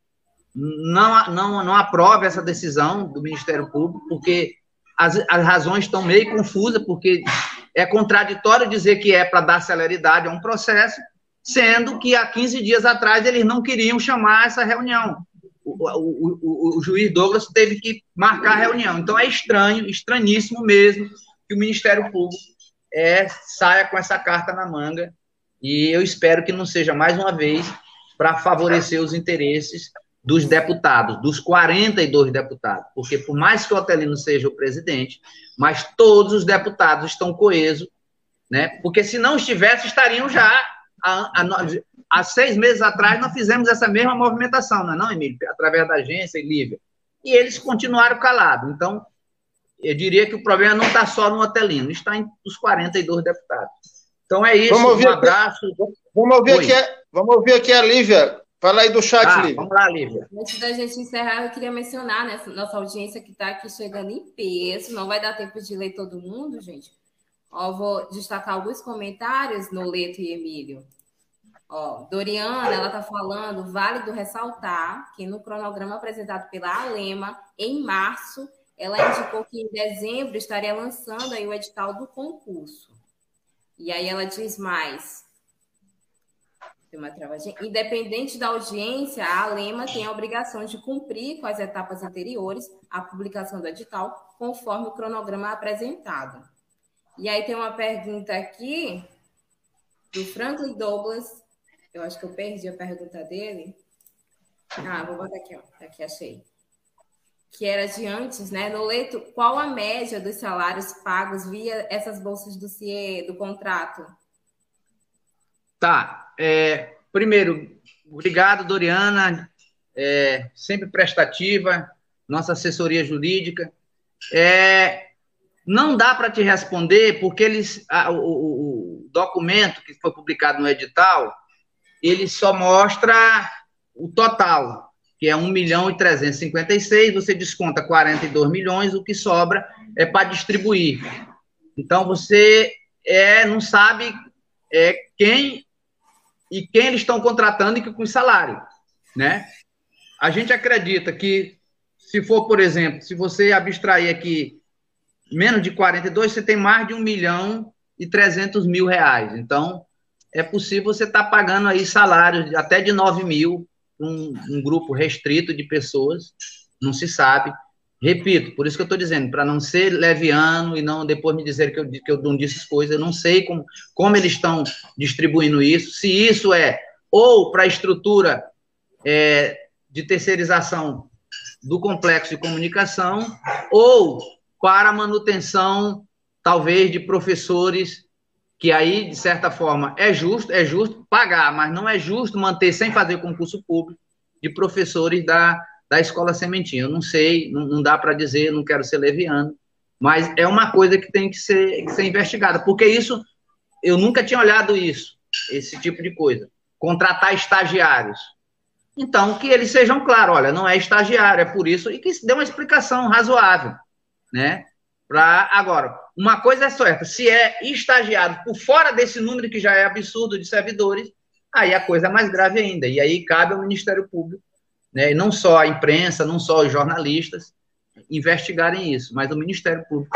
não aprove essa decisão do Ministério Público, porque as razões estão meio confusas, porque é contraditório dizer que é para dar celeridade a um processo, sendo que há 15 dias atrás eles não queriam chamar essa reunião. O juiz Douglas teve que marcar a reunião. Então é estranhíssimo mesmo que o Ministério Público saia com essa carta na manga, e eu espero que não seja mais uma vez para favorecer os interesses dos deputados, dos 42 deputados, porque por mais que o Otelino seja o presidente, mas todos os deputados estão coesos, né? Porque se não estivesse, estariam já há 6 meses atrás nós fizemos essa mesma movimentação, não é, Emílio? Através da agência e Lívia. E eles continuaram calados. Então, eu diria que o problema não está só no Otelino, está nos 42 deputados. Então é isso, um abraço. Vamos ouvir aqui a Lívia. Fala aí do chat, Lívia. Vamos lá, Lívia. Antes da gente encerrar, eu queria mencionar, né, nossa audiência que está aqui chegando em peso, não vai dar tempo de ler todo mundo, gente. Vou destacar alguns comentários, Noleto e Emílio. Doriana, ela está falando, válido ressaltar que no cronograma apresentado pela Alema, em março, ela indicou que em dezembro estaria lançando aí o edital do concurso. E aí ela diz mais. Tem uma travadinha. Independente da audiência, a ALEMA tem a obrigação de cumprir com as etapas anteriores à publicação do edital, conforme o cronograma apresentado. E aí tem uma pergunta aqui do Franklin Douglas. Eu acho que eu perdi a pergunta dele. Vou botar aqui, ó. Aqui, achei. Que era de antes, né? Noleto, qual a média dos salários pagos via essas bolsas do CIE, do contrato? Tá. Primeiro, obrigado, Doriana, sempre prestativa, nossa assessoria jurídica. Não dá para te responder, porque o documento que foi publicado no edital, ele só mostra o total, que é 1.356.000, você desconta 42 milhões, o que sobra é para distribuir. Então, você não sabe quem eles estão contratando e com salário, né? A gente acredita que, se for, por exemplo, se você abstrair aqui menos de 42, você tem mais de 1.300.000 reais. Então, é possível você estar pagando aí salários até de 9 mil, um grupo restrito de pessoas, não se sabe. Repito, por isso que eu estou dizendo, para não ser leviano e não depois me dizer que eu não disse as coisas, eu não sei como eles estão distribuindo isso, se isso é ou para a estrutura de terceirização do complexo de comunicação ou para a manutenção, talvez, de professores, que aí, de certa forma, é justo pagar, mas não é justo manter sem fazer concurso público de professores da Escola Sementinha. Eu não sei, não dá para dizer, não quero ser leviano, mas é uma coisa que tem que ser investigada, porque isso, eu nunca tinha olhado esse tipo de coisa. Contratar estagiários. Então, que eles sejam claros, olha, não é estagiário, é por isso, e que se dê uma explicação razoável, né? Agora, uma coisa é certa, se é estagiário por fora desse número que já é absurdo de servidores, aí a coisa é mais grave ainda, e aí cabe ao Ministério Público, né, e não só a imprensa, não só os jornalistas, investigarem isso, mas o Ministério Público.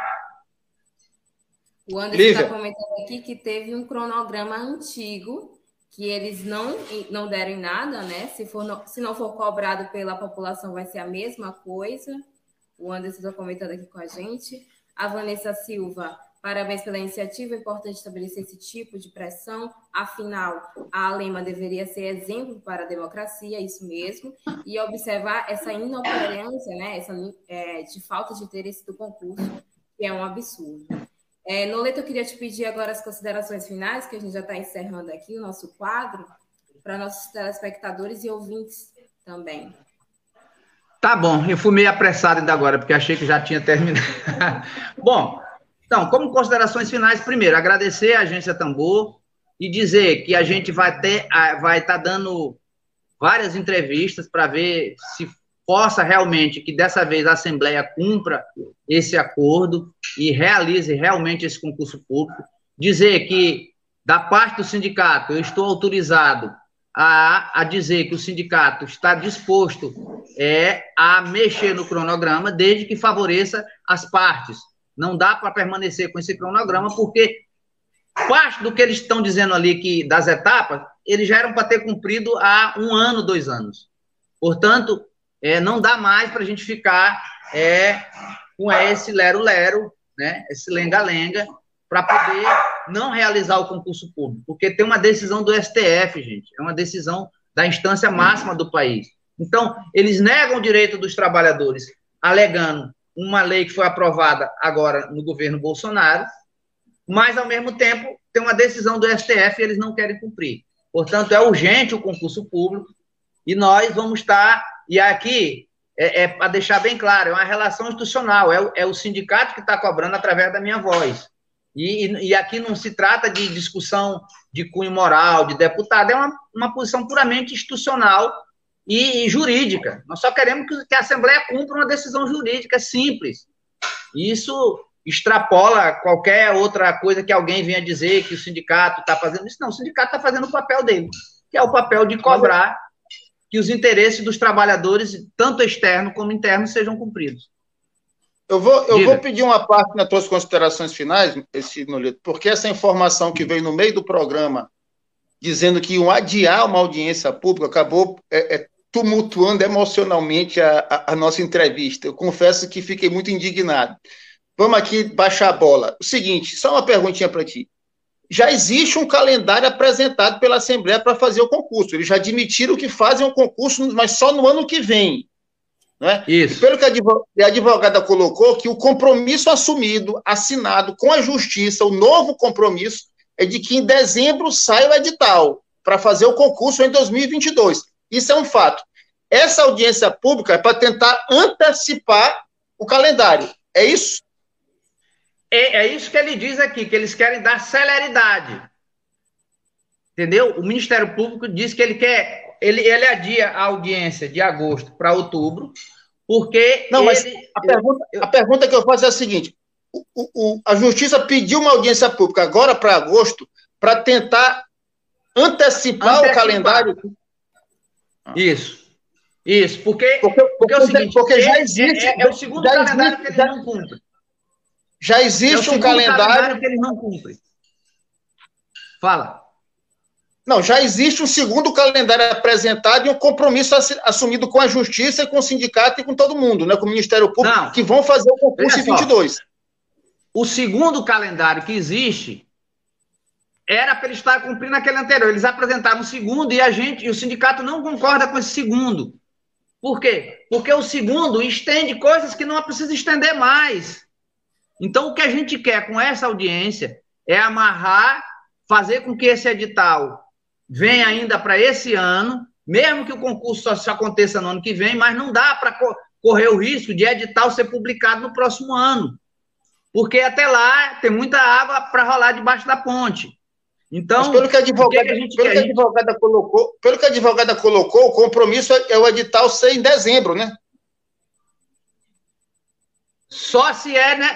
O Anderson está comentando aqui que teve um cronograma antigo, que eles não deram em nada, né? Se não for cobrado pela população, vai ser a mesma coisa. O Anderson está comentando aqui com a gente. A Vanessa Silva, parabéns pela iniciativa, é importante estabelecer esse tipo de pressão, afinal, a ALEMA deveria ser exemplo para a democracia, isso mesmo, e observar essa inoperância, né, de falta de interesse do concurso, que é um absurdo. Noleto, eu queria te pedir agora as considerações finais, que a gente já está encerrando aqui o nosso quadro, para nossos telespectadores e ouvintes também. Tá bom, eu fui meio apressado ainda agora, porque achei que já tinha terminado. Bom, então, como considerações finais, primeiro, agradecer a Agência Tambor e dizer que a gente vai estar dando várias entrevistas para ver se possa realmente, que dessa vez a Assembleia cumpra esse acordo e realize realmente esse concurso público. Dizer que, da parte do sindicato, eu estou autorizado a dizer que o sindicato está disposto a mexer no cronograma, desde que favoreça as partes. Não dá para permanecer com esse cronograma, porque parte do que eles estão dizendo ali, das etapas, eles já eram para ter cumprido há 1 ano, 2 anos. Portanto, não dá mais para a gente ficar com esse lero-lero, né, esse lenga-lenga, para poder não realizar o concurso público, porque tem uma decisão do STF, gente, é uma decisão da instância máxima do país. Então, eles negam o direito dos trabalhadores, alegando uma lei que foi aprovada agora no governo Bolsonaro, mas, ao mesmo tempo, tem uma decisão do STF e eles não querem cumprir. Portanto, é urgente o concurso público e nós vamos estar... E aqui, para deixar bem claro, é uma relação institucional, é o sindicato que está cobrando através da minha voz. E aqui não se trata de discussão de cunho moral, de deputado, é uma posição puramente institucional e jurídica. Nós só queremos que a Assembleia cumpra uma decisão jurídica simples. Isso extrapola qualquer outra coisa que alguém venha dizer que o sindicato está fazendo isso. Não, o sindicato está fazendo o papel dele, que é o papel de cobrar que os interesses dos trabalhadores, tanto externos como internos, sejam cumpridos. Eu vou pedir uma parte nas tuas considerações finais, Nolito, porque essa informação que veio no meio do programa, dizendo que iam adiar uma audiência pública, acabou tumultuando emocionalmente a nossa entrevista. Eu confesso que fiquei muito indignado. Vamos aqui baixar a bola. O seguinte, só uma perguntinha para ti. Já existe um calendário apresentado pela Assembleia para fazer o concurso. Eles já admitiram que fazem o concurso, mas só no ano que vem. Não é? Isso. E pelo que a advogada colocou, que o compromisso assumido, assinado com a Justiça, o novo compromisso, é de que em dezembro sai o edital para fazer o concurso em 2022. Isso é um fato. Essa audiência pública é para tentar antecipar o calendário. É isso? É isso que ele diz aqui, que eles querem dar celeridade. Entendeu? O Ministério Público diz que ele adia a audiência de agosto para outubro, porque não, mas a pergunta que eu faço é a seguinte: a Justiça pediu uma audiência pública agora para agosto para tentar antecipar o calendário. Isso, porque é o seguinte, porque já existe, é o segundo calendário que ele não cumpre. Já existe um calendário que ele não cumpre. Fala. Não, já existe um segundo calendário apresentado e um compromisso assumido com a Justiça, e com o sindicato e com todo mundo, né, com o Ministério Público, não, que vão fazer o concurso em 22. O segundo calendário que existe era para ele estar cumprindo aquele anterior. Eles apresentaram o segundo e o sindicato não concorda com esse segundo. Por quê? Porque o segundo estende coisas que não precisa estender mais. Então, o que a gente quer com essa audiência é amarrar, fazer com que esse edital venha ainda para esse ano, mesmo que o concurso só aconteça no ano que vem, mas não dá para correr o risco de edital ser publicado no próximo ano, porque até lá tem muita água para rolar debaixo da ponte. Então, mas pelo que a advogada colocou, o compromisso é o edital ser em dezembro, né? Só se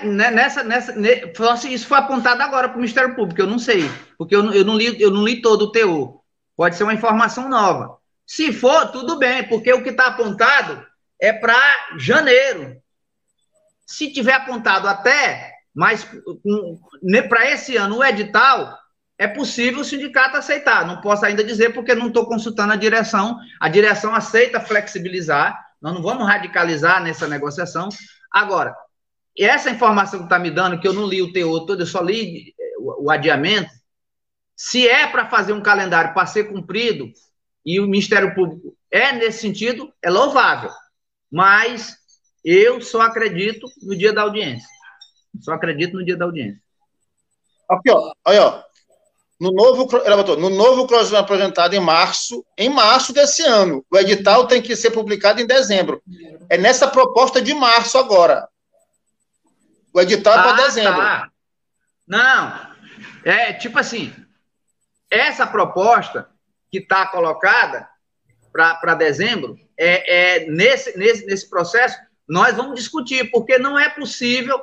só se isso foi apontado agora para o Ministério Público, eu não sei, porque eu não li todo o teor. Pode ser uma informação nova. Se for, tudo bem, porque o que está apontado é para janeiro. Se tiver apontado até, mas para esse ano o edital, é possível o sindicato aceitar. Não posso ainda dizer porque não estou consultando a direção. A direção aceita flexibilizar, nós não vamos radicalizar nessa negociação. Agora, essa informação que está me dando, que eu não li o teor todo, eu só li o adiamento, se é para fazer um calendário para ser cumprido, e o Ministério Público é nesse sentido, é louvável. Mas eu só acredito no dia da audiência. Só acredito no dia da audiência. Aqui, ó. Aí, ó. No novo cronograma apresentado em março desse ano. O edital tem que ser publicado em dezembro. É nessa proposta de março agora. O edital é para dezembro. Tá. Não. É tipo assim, essa proposta que está colocada para dezembro, nesse processo, nós vamos discutir, porque não é possível,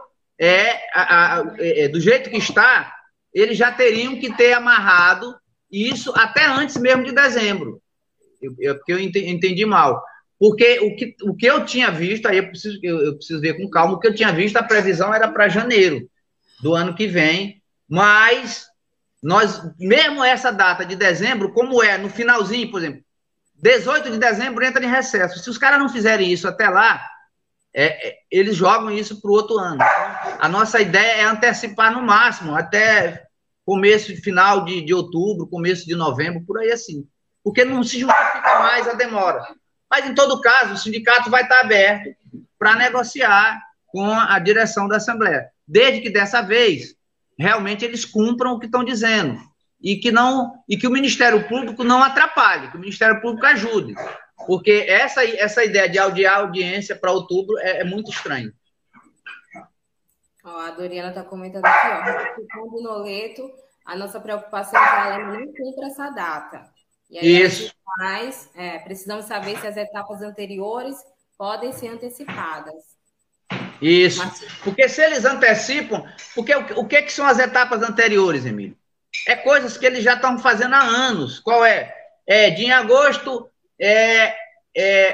do jeito que está, eles já teriam que ter amarrado isso até antes mesmo de dezembro. Porque eu entendi mal. Porque o que eu tinha visto, aí eu preciso ver com calma, o que eu tinha visto, a previsão era para janeiro do ano que vem, mas mesmo essa data de dezembro, como é no finalzinho, por exemplo, 18 de dezembro entra em recesso. Se os caras não fizerem isso até lá, eles jogam isso para o outro ano. A nossa ideia é antecipar no máximo, até começo e final de outubro, começo de novembro, por aí assim. Porque não se justifica mais a demora. Mas, em todo caso, o sindicato vai estar aberto para negociar com a direção da Assembleia. Desde que, dessa vez, realmente eles cumpram o que estão dizendo. E que o Ministério Público não atrapalhe, que o Ministério Público ajude. Porque essa ideia de adiar a audiência para outubro é muito estranho. Ó, a Doriana está comentando aqui, ó. Segundo o Noleto, a nossa preocupação é que a lei não cumpra essa data. E aí isso. Precisamos saber se as etapas anteriores podem ser antecipadas. Isso. Porque se eles antecipam, porque o que são as etapas anteriores, Emílio? É coisas que eles já estão fazendo há anos. Qual é? De em agosto,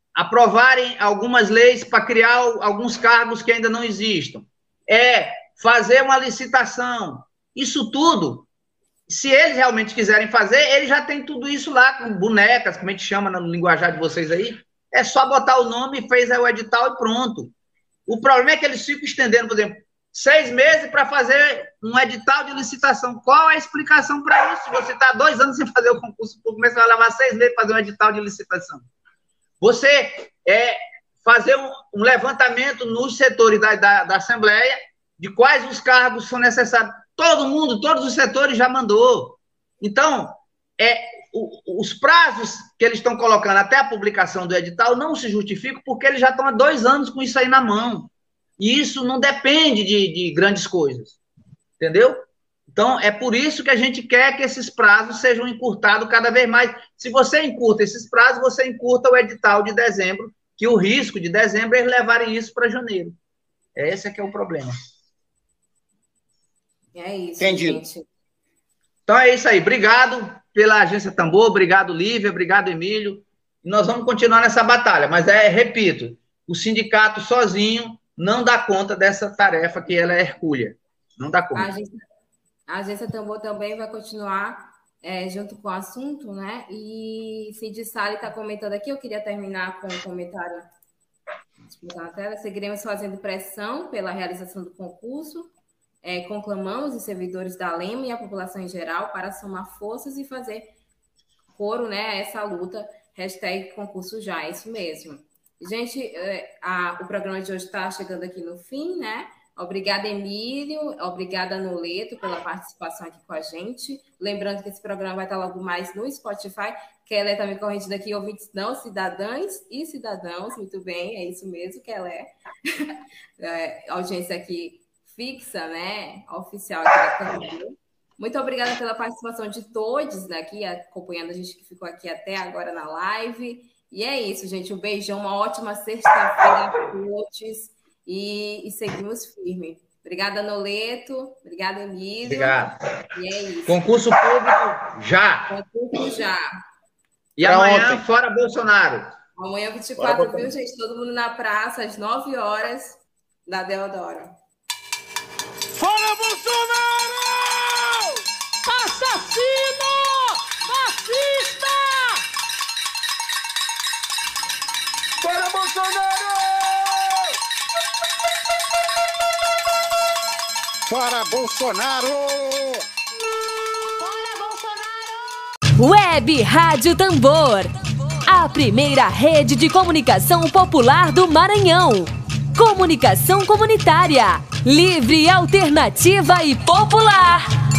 aprovarem algumas leis para criar alguns cargos que ainda não existam, fazer uma licitação. Isso tudo, se eles realmente quiserem fazer, eles já têm tudo isso lá, com bonecas, como a gente chama no linguajar de vocês aí, é só botar o nome, fez aí o edital e pronto. O problema é que eles ficam estendendo, por exemplo, 6 meses para fazer um edital de licitação. Qual a explicação para isso? Você está 2 anos sem fazer o concurso público, mas você vai levar 6 meses para fazer um edital de licitação. Você fazer um levantamento nos setores da Assembleia de quais os cargos são necessários. Todo mundo, todos os setores já mandou. Então, os prazos que eles estão colocando até a publicação do edital não se justificam porque eles já estão há 2 anos com isso aí na mão. E isso não depende de grandes coisas. Entendeu? Então, é por isso que a gente quer que esses prazos sejam encurtados cada vez mais. Se você encurta esses prazos, você encurta o edital de dezembro, que o risco de dezembro é eles levarem isso para janeiro. Esse é que é o problema. É isso, Entendido. gente. Então é isso aí. Obrigado pela Agência Tambor, obrigado, Lívia, obrigado, Emílio. Nós vamos continuar nessa batalha, mas repito, o sindicato sozinho não dá conta dessa tarefa que ela é hercúlea. Não dá conta. A Agência Tambor também vai continuar junto com o assunto, né? E Cid Sali está comentando aqui, eu queria terminar com um comentário. Na tela. Seguiremos fazendo pressão pela realização do concurso. Conclamamos os servidores da LEMA e a população em geral para somar forças e fazer coro, né, a essa luta. #concurso já, é isso mesmo. Gente, o programa de hoje está chegando aqui no fim, né? Obrigada, Emílio. Obrigada, Noleto, pela participação aqui com a gente. Lembrando que esse programa vai estar logo mais no Spotify. Keller está me corrigindo aqui, ouvintes não, cidadãs e cidadãos. Muito bem, é isso mesmo, Keller. Audiência aqui fixa, né? Oficial aqui da Câmara. Muito obrigada pela participação de todos, né, aqui, acompanhando a gente que ficou aqui até agora na live. E é isso, gente. Um beijão, uma ótima sexta-feira a todos. E seguimos firme. Obrigada, Noleto. Obrigada, Emílio. Obrigado. E é isso. Concurso público já. Concurso já. E amanhã, fora Bolsonaro. Amanhã, 24, viu, gente? Todo mundo na praça, às 9 horas, da Deodoro. Fora Bolsonaro! Assassino! Fascista! Fora Bolsonaro! Fora Bolsonaro! Fora Bolsonaro! Web Rádio Tambor, a primeira rede de comunicação popular do Maranhão. Comunicação comunitária, livre, alternativa e popular.